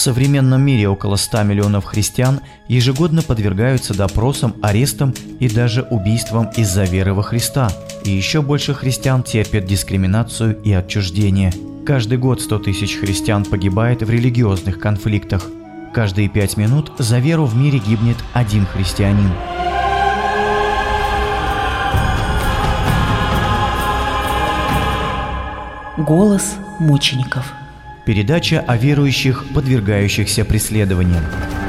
современном мире около 100 миллионов христиан ежегодно подвергаются допросам, арестам и даже убийствам из-за веры во Христа. И еще больше христиан терпят дискриминацию и отчуждение. Каждый год 100 тысяч христиан погибает в религиозных конфликтах. Каждые 5 минут за веру в мире гибнет один христианин. Голос мучеников. Передача о верующих, подвергающихся преследованиям.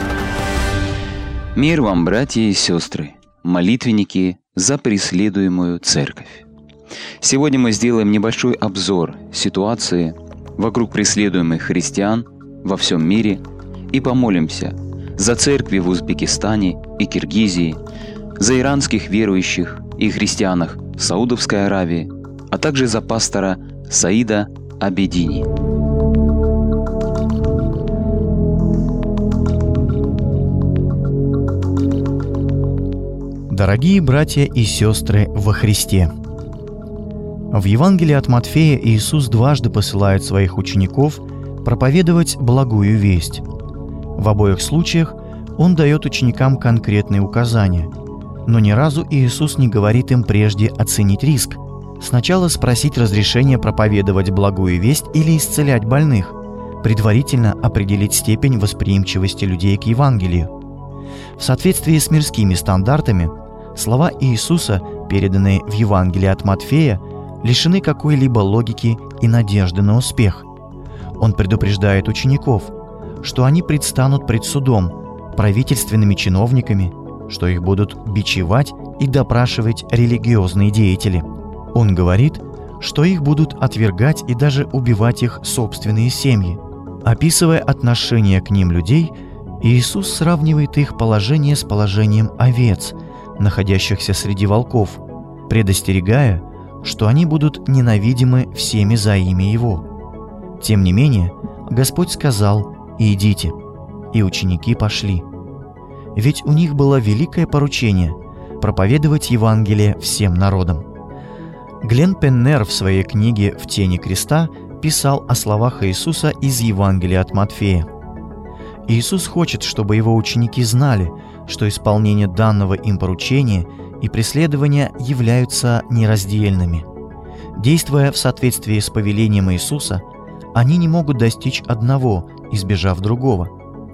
Мир вам, братья и сестры, молитвенники за преследуемую церковь. Сегодня мы сделаем небольшой обзор ситуации вокруг преследуемых христиан во всем мире и помолимся за церкви в Узбекистане и Киргизии, за иранских верующих и христианах в Саудовской Аравии, а также за пастора Саида Абедини. Дорогие братья и сестры во Христе! В Евангелии от Матфея Иисус дважды посылает своих учеников проповедовать благую весть. В обоих случаях Он дает ученикам конкретные указания, но ни разу Иисус не говорит им прежде оценить риск, сначала спросить разрешения проповедовать благую весть или исцелять больных, предварительно определить степень восприимчивости людей к Евангелию. В соответствии с мирскими стандартами, слова Иисуса, переданные в Евангелии от Матфея, лишены какой-либо логики и надежды на успех. Он предупреждает учеников, что они предстанут пред судом, правительственными чиновниками, что их будут бичевать и допрашивать религиозные деятели. Он говорит, что их будут отвергать и даже убивать их собственные семьи. Описывая отношение к ним людей, Иисус сравнивает их положение с положением овец, находящихся среди волков, предостерегая, что они будут ненавидимы всеми за имя Его. Тем не менее, Господь сказал: «Идите», и ученики пошли. Ведь у них было великое поручение – проповедовать Евангелие всем народам. Глен Пеннер в своей книге «В тени креста» писал о словах Иисуса из Евангелия от Матфея. Иисус хочет, чтобы Его ученики знали, что исполнение данного им поручения и преследования являются нераздельными. Действуя в соответствии с повелением Иисуса, они не могут достичь одного, избежав другого.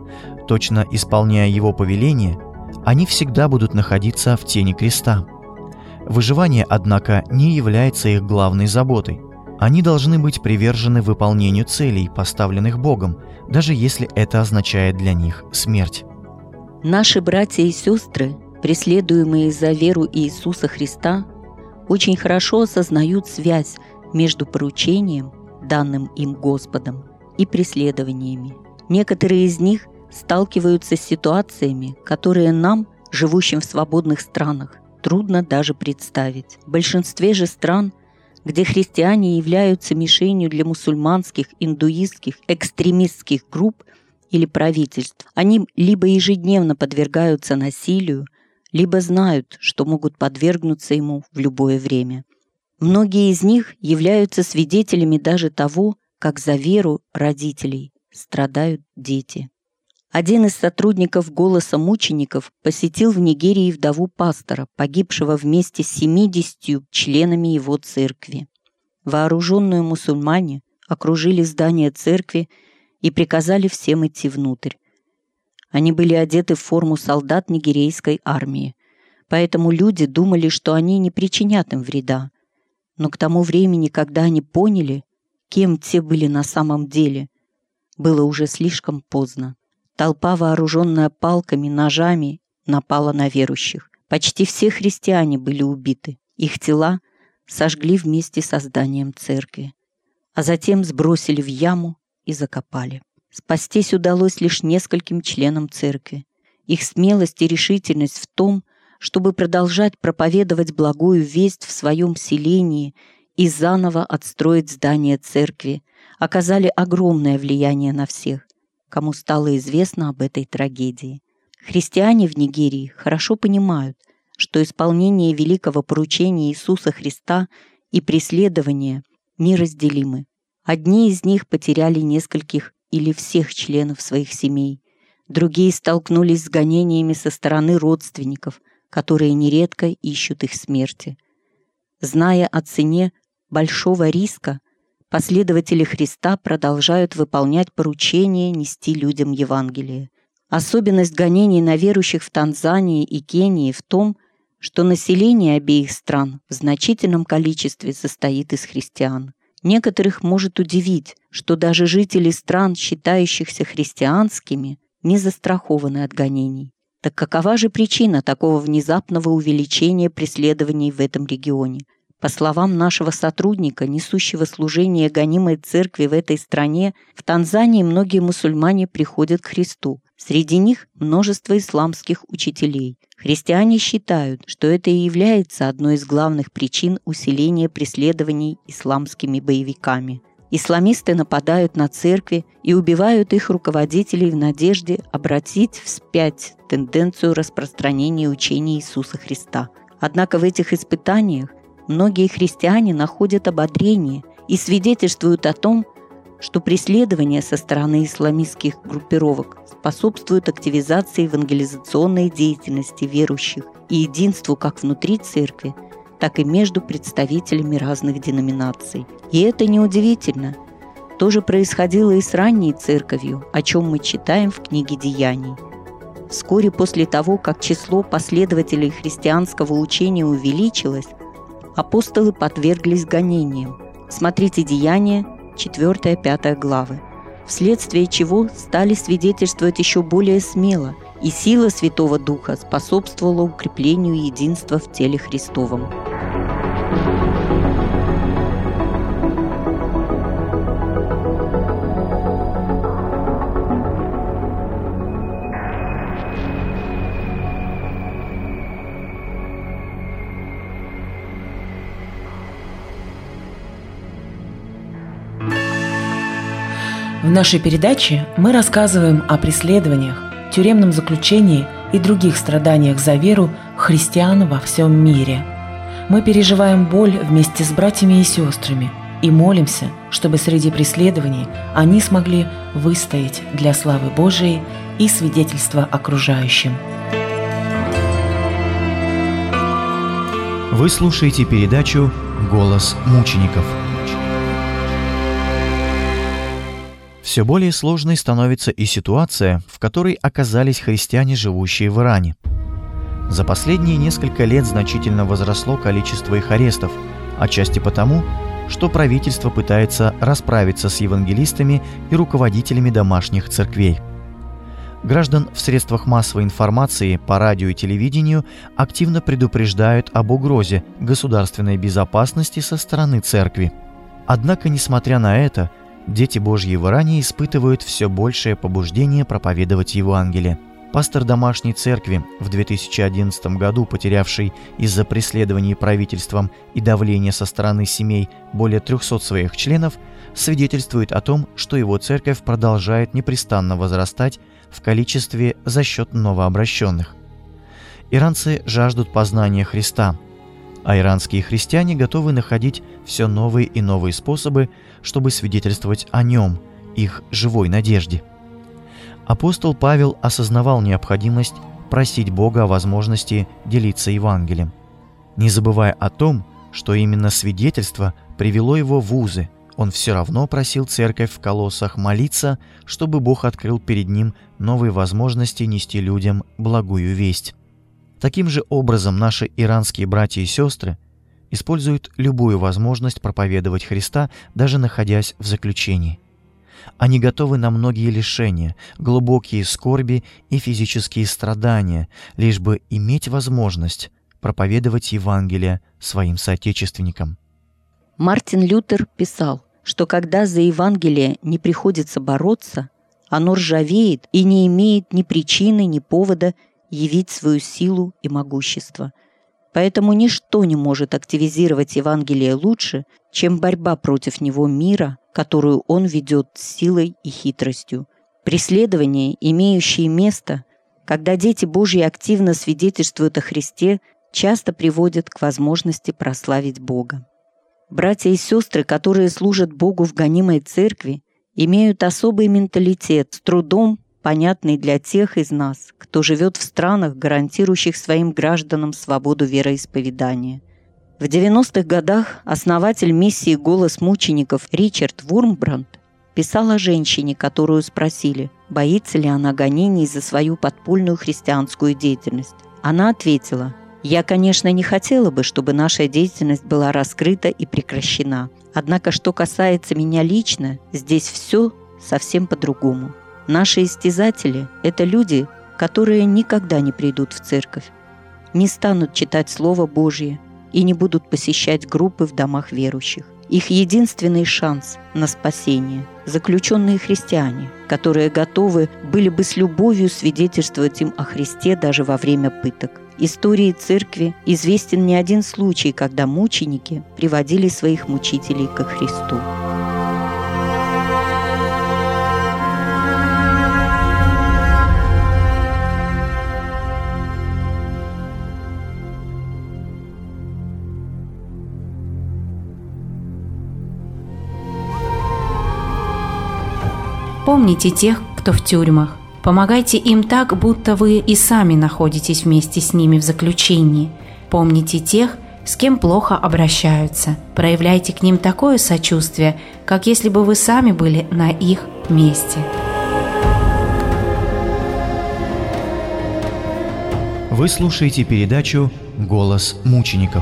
Точно исполняя Его повеление, они всегда будут находиться в тени креста. Выживание, однако, не является их главной заботой. Они должны быть привержены выполнению целей, поставленных Богом, даже если это означает для них смерть. Наши братья и сестры, преследуемые за веру Иисуса Христа, очень хорошо осознают связь между поручением, данным им Господом, и преследованиями. Некоторые из них сталкиваются с ситуациями, которые нам, живущим в свободных странах, трудно даже представить. В большинстве же стран, где христиане являются мишенью для мусульманских, индуистских, экстремистских групп или правительств, они либо ежедневно подвергаются насилию, либо знают, что могут подвергнуться ему в любое время. Многие из них являются свидетелями даже того, как за веру родителей страдают дети. Один из сотрудников «Голоса мучеников» посетил в Нигерии вдову пастора, погибшего вместе с 70 членами его церкви. Вооруженные мусульмане окружили здание церкви и приказали всем идти внутрь. Они были одеты в форму солдат нигерийской армии, поэтому люди думали, что они не причинят им вреда. Но к тому времени, когда они поняли, кем те были на самом деле, было уже слишком поздно. Толпа, вооруженная палками, ножами, напала на верующих. Почти все христиане были убиты. Их тела сожгли вместе со зданием церкви, а затем сбросили в яму и закопали. Спастись удалось лишь нескольким членам церкви. Их смелость и решительность в том, чтобы продолжать проповедовать благую весть в своем селении и заново отстроить здание церкви, оказали огромное влияние на всех, кому стало известно об этой трагедии. Христиане в Нигерии хорошо понимают, что исполнение великого поручения Иисуса Христа и преследование неразделимы. Одни из них потеряли нескольких или всех членов своих семей. Другие столкнулись с гонениями со стороны родственников, которые нередко ищут их смерти. Зная о цене большого риска, последователи Христа продолжают выполнять поручение нести людям Евангелие. Особенность гонений на верующих в Танзании и Кении в том, что население обеих стран в значительном количестве состоит из христиан. Некоторых может удивить, что даже жители стран, считающихся христианскими, не застрахованы от гонений. Так какова же причина такого внезапного увеличения преследований в этом регионе? По словам нашего сотрудника, несущего служение гонимой церкви в этой стране, в Танзании многие мусульмане приходят к Христу. Среди них множество исламских учителей. Христиане считают, что это и является одной из главных причин усиления преследований исламскими боевиками. Исламисты нападают на церкви и убивают их руководителей в надежде обратить вспять тенденцию распространения учения Иисуса Христа. Однако в этих испытаниях многие христиане находят ободрение и свидетельствуют о том, что преследования со стороны исламистских группировок способствуют активизации евангелизационной деятельности верующих и единству как внутри церкви, так и между представителями разных деноминаций. И это неудивительно. То же происходило и с ранней церковью, о чем мы читаем в книге «Деяний». Вскоре после того, как число последователей христианского учения увеличилось, апостолы подверглись гонениям. Смотрите «Деяния», 4-5 главы. Вследствие чего стали свидетельствовать еще более смело, и сила Святого Духа способствовала укреплению единства в теле Христовом. В нашей передаче мы рассказываем о преследованиях, тюремном заключении и других страданиях за веру христиан во всем мире. Мы переживаем боль вместе с братьями и сестрами и молимся, чтобы среди преследований они смогли выстоять для славы Божией и свидетельства окружающим. Вы слушаете передачу «Голос мучеников». Все более сложной становится и ситуация, в которой оказались христиане, живущие в Иране. За последние несколько лет значительно возросло количество их арестов, отчасти потому, что правительство пытается расправиться с евангелистами и руководителями домашних церквей. Граждан в средствах массовой информации по радио и телевидению активно предупреждают об угрозе государственной безопасности со стороны церкви. Однако, несмотря на это, дети Божьи в Иране испытывают все большее побуждение проповедовать Евангелие. Пастор домашней церкви, в 2011 году потерявший из-за преследований правительством и давления со стороны семей более 300 своих членов, свидетельствует о том, что его церковь продолжает непрестанно возрастать в количестве за счет новообращенных. Иранцы жаждут познания Христа, а иранские христиане готовы находить все новые и новые способы, чтобы свидетельствовать о Нем, их живой надежде. Апостол Павел осознавал необходимость просить Бога о возможности делиться Евангелием, не забывая о том, что именно свидетельство привело его в узы. Он все равно просил церковь в Колоссах молиться, чтобы Бог открыл перед ним новые возможности нести людям благую весть. Таким же образом наши иранские братья и сестры используют любую возможность проповедовать Христа, даже находясь в заключении. Они готовы на многие лишения, глубокие скорби и физические страдания, лишь бы иметь возможность проповедовать Евангелие своим соотечественникам. Мартин Лютер писал, что когда за Евангелие не приходится бороться, оно ржавеет и не имеет ни причины, ни повода явить свою силу и могущество. Поэтому ничто не может активизировать Евангелие лучше, чем борьба против него мира, которую он ведет силой и хитростью. Преследования, имеющие место, когда дети Божьи активно свидетельствуют о Христе, часто приводят к возможности прославить Бога. Братья и сестры, которые служат Богу в гонимой церкви, имеют особый менталитет, с трудом понятный для тех из нас, кто живет в странах, гарантирующих своим гражданам свободу вероисповедания. В 90-х годах основатель миссии «Голос мучеников» Ричард Вурмбранд писал о женщине, которую спросили, боится ли она гонений за свою подпольную христианскую деятельность. Она ответила: «Я, конечно, не хотела бы, чтобы наша деятельность была раскрыта и прекращена. Однако, что касается меня лично, здесь все совсем по-другому. Наши истязатели – это люди, которые никогда не придут в церковь, не станут читать Слово Божье и не будут посещать группы в домах верующих. Их единственный шанс на спасение – заключенные христиане, которые готовы были бы с любовью свидетельствовать им о Христе даже во время пыток. Истории церкви известен не один случай, когда мученики приводили своих мучителей ко Христу». Помните тех, кто в тюрьмах. Помогайте им так, будто вы и сами находитесь вместе с ними в заключении. Помните тех, с кем плохо обращаются. Проявляйте к ним такое сочувствие, как если бы вы сами были на их месте. Вы слушаете передачу «Голос мучеников».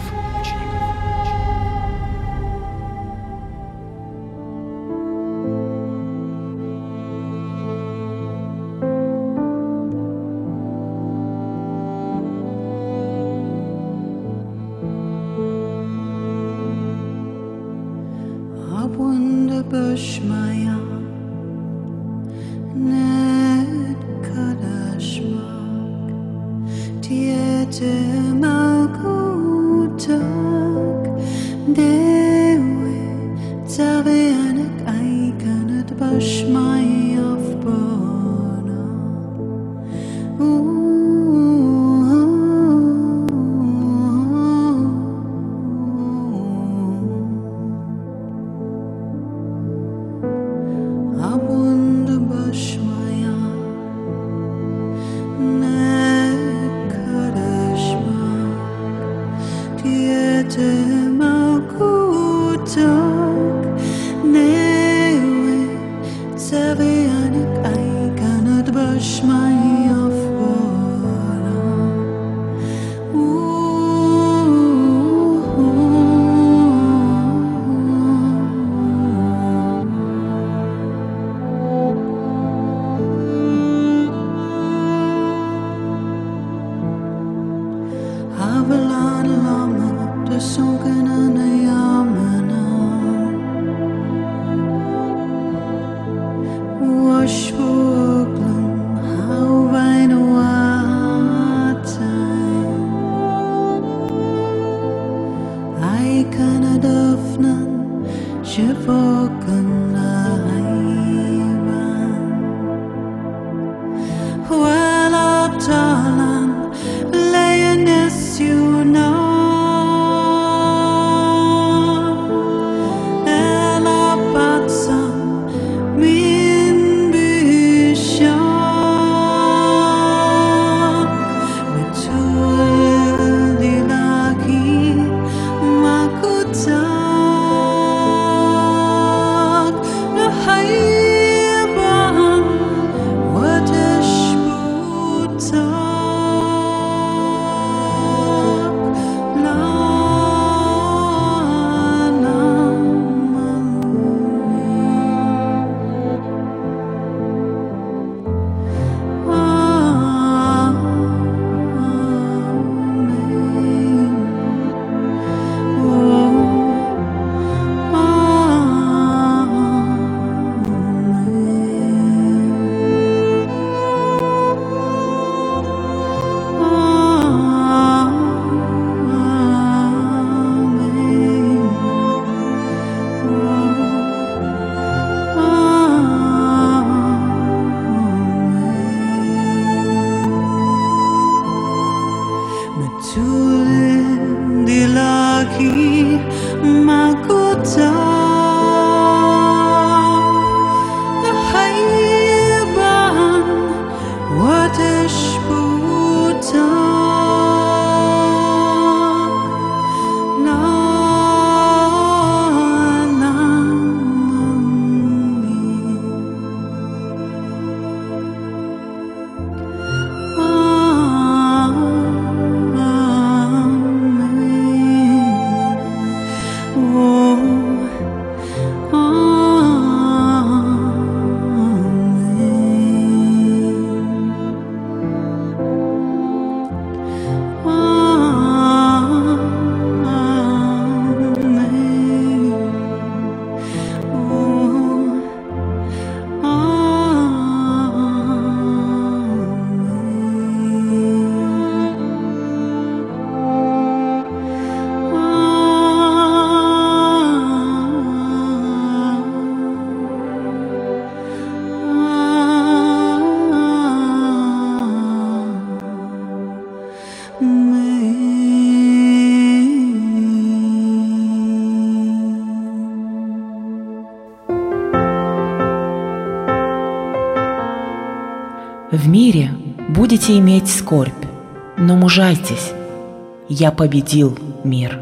В мире будете иметь скорбь, но мужайтесь, я победил мир.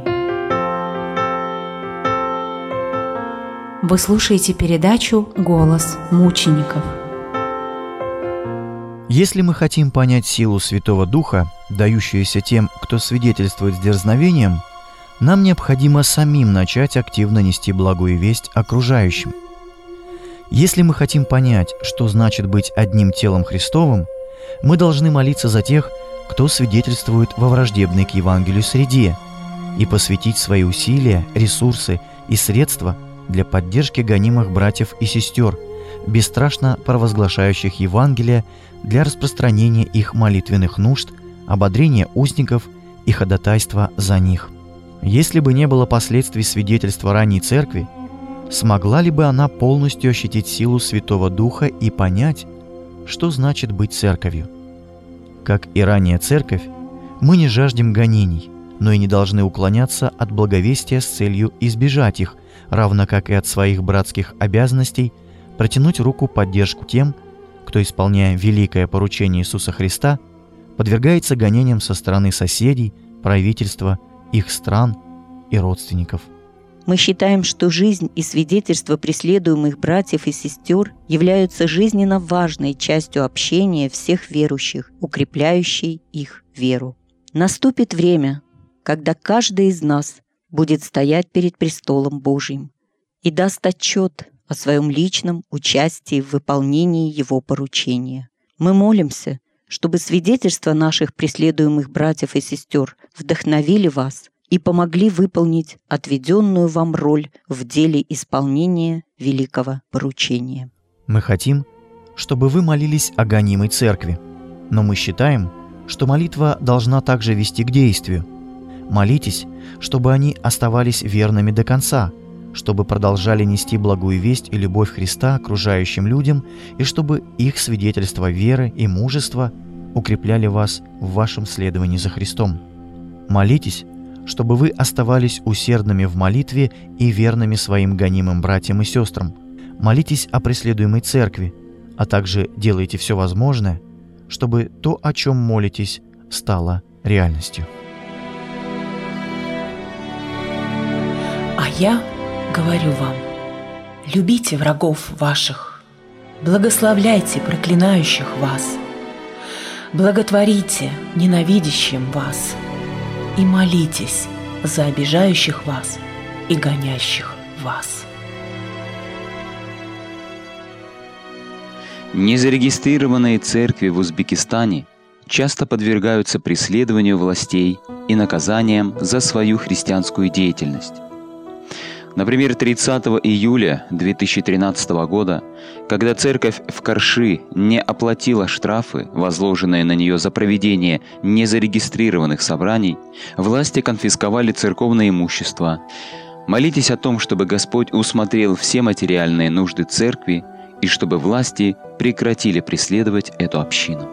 Вы слушаете передачу «Голос мучеников». Если мы хотим понять силу Святого Духа, дающуюся тем, кто свидетельствует с дерзновением, нам необходимо самим начать активно нести благую весть окружающим. Если мы хотим понять, что значит быть одним телом Христовым, мы должны молиться за тех, кто свидетельствует во враждебной к Евангелию среде, и посвятить свои усилия, ресурсы и средства для поддержки гонимых братьев и сестер, бесстрашно провозглашающих Евангелие, для распространения их молитвенных нужд, ободрения узников и ходатайства за них. Если бы не было последствий свидетельства ранней церкви, смогла ли бы она полностью ощутить силу Святого Духа и понять, что значит быть церковью? Как и ранняя церковь, мы не жаждем гонений, но и не должны уклоняться от благовестия с целью избежать их, равно как и от своих братских обязанностей протянуть руку поддержку тем, кто, исполняя великое поручение Иисуса Христа, подвергается гонениям со стороны соседей, правительства, их стран и родственников. Мы считаем, что жизнь и свидетельство преследуемых братьев и сестер являются жизненно важной частью общения всех верующих, укрепляющей их веру. Наступит время, когда каждый из нас будет стоять перед престолом Божьим и даст отчет о своем личном участии в выполнении Его поручения. Мы молимся, чтобы свидетельства наших преследуемых братьев и сестер вдохновили вас и помогли выполнить отведенную вам роль в деле исполнения великого поручения. Мы хотим, чтобы вы молились о гонимой церкви, но мы считаем, что молитва должна также вести к действию. Молитесь, чтобы они оставались верными до конца, чтобы продолжали нести благую весть и любовь Христа окружающим людям, и чтобы их свидетельства веры и мужества укрепляли вас в вашем следовании за Христом. Молитесь, чтобы вы оставались усердными в молитве и верными своим гонимым братьям и сестрам. Молитесь о преследуемой церкви, а также делайте все возможное, чтобы то, о чем молитесь, стало реальностью. А я говорю вам, любите врагов ваших, благословляйте проклинающих вас, благотворите ненавидящим вас и молитесь за обижающих вас и гонящих вас. Незарегистрированные церкви в Узбекистане часто подвергаются преследованию властей и наказаниям за свою христианскую деятельность. Например, 30 июля 2013 года, когда церковь в Карши не оплатила штрафы, возложенные на нее за проведение незарегистрированных собраний, власти конфисковали церковное имущество. Молитесь о том, чтобы Господь усмотрел все материальные нужды церкви и чтобы власти прекратили преследовать эту общину.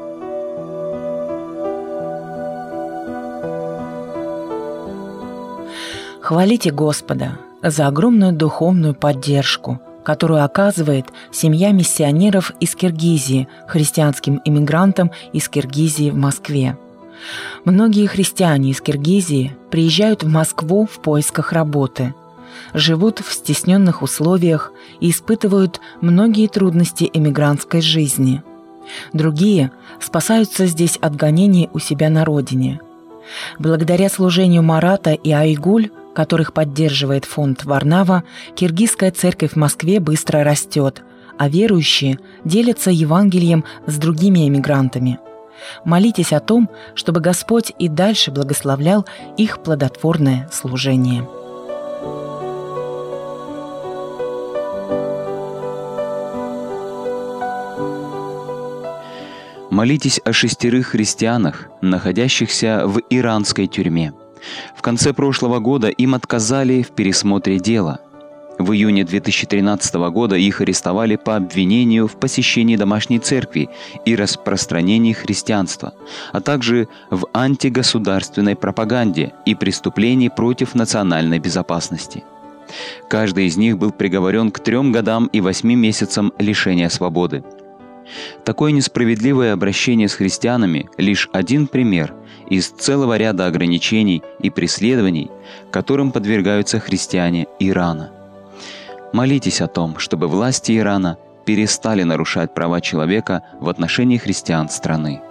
Хвалите Господа за огромную духовную поддержку, которую оказывает семья миссионеров из Киргизии христианским иммигрантам из Киргизии в Москве. Многие христиане из Киргизии приезжают в Москву в поисках работы, живут в стесненных условиях и испытывают многие трудности эмигрантской жизни. Другие спасаются здесь от гонений у себя на родине. Благодаря служению Марата и Айгуль, которых поддерживает фонд Варнава, киргизская церковь в Москве быстро растет, а верующие делятся Евангелием с другими эмигрантами. Молитесь о том, чтобы Господь и дальше благословлял их плодотворное служение. Молитесь о 6 христианах, находящихся в иранской тюрьме. В конце прошлого года им отказали в пересмотре дела. В июне 2013 года их арестовали по обвинению в посещении домашней церкви и распространении христианства, а также в антигосударственной пропаганде и преступлении против национальной безопасности. Каждый из них был приговорен к 3 годам и 8 месяцам лишения свободы. Такое несправедливое обращение с христианами – лишь один пример из целого ряда ограничений и преследований, которым подвергаются христиане Ирана. Молитесь о том, чтобы власти Ирана перестали нарушать права человека в отношении христиан страны.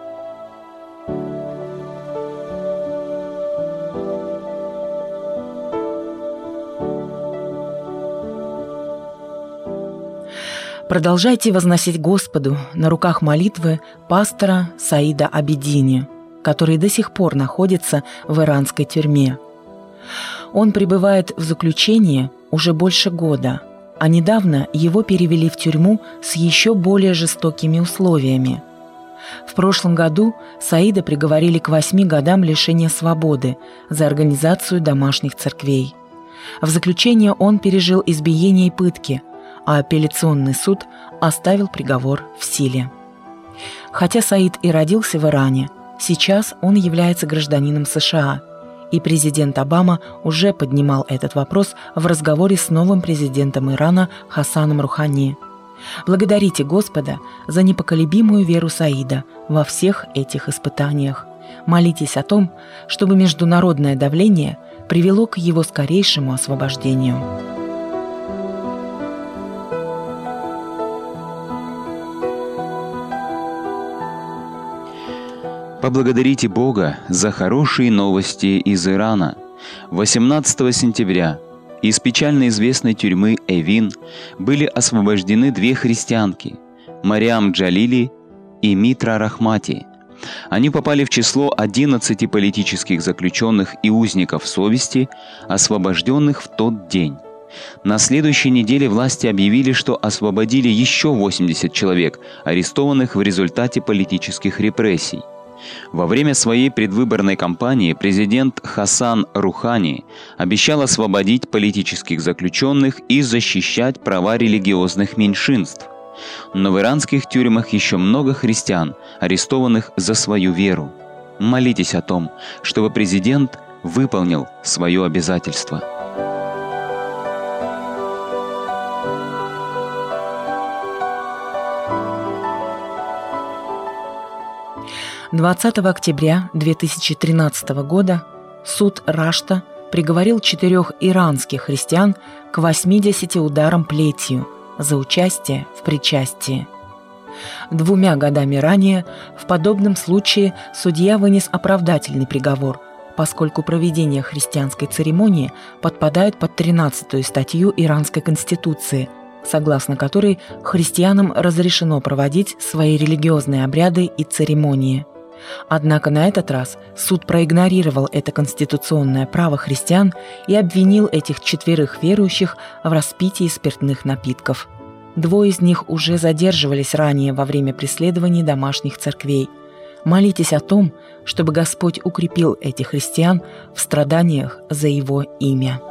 Продолжайте возносить Господу на руках молитвы пастора Саида Абедини, который до сих пор находится в иранской тюрьме. Он пребывает в заключении уже больше года, а недавно его перевели в тюрьму с еще более жестокими условиями. В прошлом году Саида приговорили к 8 годам лишения свободы за организацию домашних церквей. В заключение он пережил избиение и пытки, а апелляционный суд оставил приговор в силе. Хотя Саид и родился в Иране, сейчас он является гражданином США, и президент Обама уже поднимал этот вопрос в разговоре с новым президентом Ирана Хасаном Рухани. Благодарите Господа за непоколебимую веру Саида во всех этих испытаниях. Молитесь о том, чтобы международное давление привело к его скорейшему освобождению. Поблагодарите Бога за хорошие новости из Ирана. 18 сентября из печально известной тюрьмы Эвин были освобождены 2 христианки – Мариам Джалили и Митра Рахмати. Они попали в число 11 политических заключенных и узников совести, освобожденных в тот день. На следующей неделе власти объявили, что освободили еще 80 человек, арестованных в результате политических репрессий. Во время своей предвыборной кампании президент Хасан Рухани обещал освободить политических заключенных и защищать права религиозных меньшинств. Но в иранских тюрьмах еще много христиан, арестованных за свою веру. Молитесь о том, чтобы президент выполнил свое обязательство. – 20 октября 2013 года суд Рашта приговорил 4 иранских христиан к 80 ударам плетью за участие в причастии. 2 годами ранее в подобном случае судья вынес оправдательный приговор, поскольку проведение христианской церемонии подпадает под 13-ю статью Иранской Конституции, согласно которой христианам разрешено проводить свои религиозные обряды и церемонии. Однако на этот раз суд проигнорировал это конституционное право христиан и обвинил этих 4 верующих в распитии спиртных напитков. 2 из них уже задерживались ранее во время преследований домашних церквей. Молитесь о том, чтобы Господь укрепил этих христиан в страданиях за Его имя.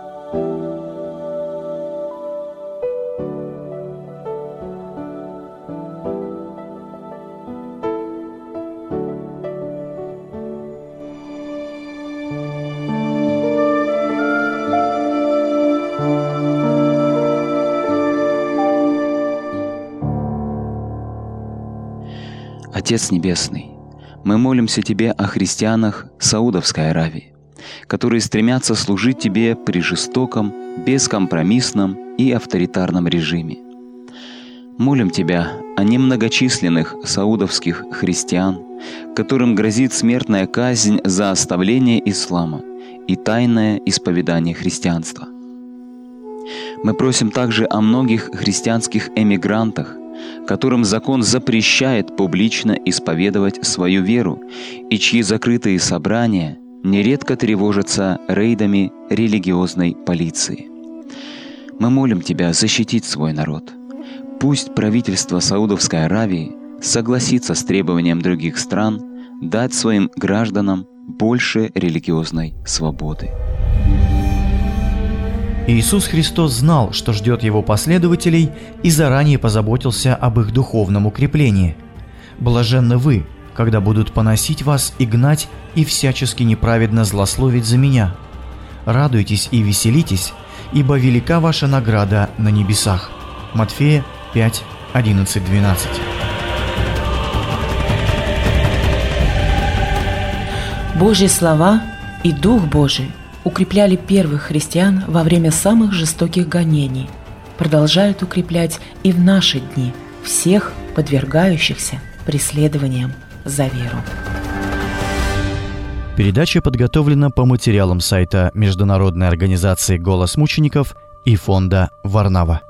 Отец Небесный, мы молимся Тебе о христианах Саудовской Аравии, которые стремятся служить Тебе при жестоком, бескомпромиссном и авторитарном режиме. Молим Тебя о немногочисленных саудовских христиан, которым грозит смертная казнь за оставление ислама и тайное исповедание христианства. Мы просим также о многих христианских эмигрантах, которым закон запрещает публично исповедовать свою веру и чьи закрытые собрания нередко тревожатся рейдами религиозной полиции. Мы молим Тебя защитить свой народ. Пусть правительство Саудовской Аравии согласится с требованием других стран дать своим гражданам больше религиозной свободы. Иисус Христос знал, что ждет Его последователей, и заранее позаботился об их духовном укреплении. «Блаженны вы, когда будут поносить вас и гнать, и всячески неправедно злословить за Меня. Радуйтесь и веселитесь, ибо велика ваша награда на небесах». Матфея 5, 11, 12. Божьи слова и Дух Божий укрепляли первых христиан во время самых жестоких гонений, продолжают укреплять и в наши дни всех подвергающихся преследованиям за веру. Передача подготовлена по материалам сайта Международной организации «Голос мучеников» и фонда «Варнава».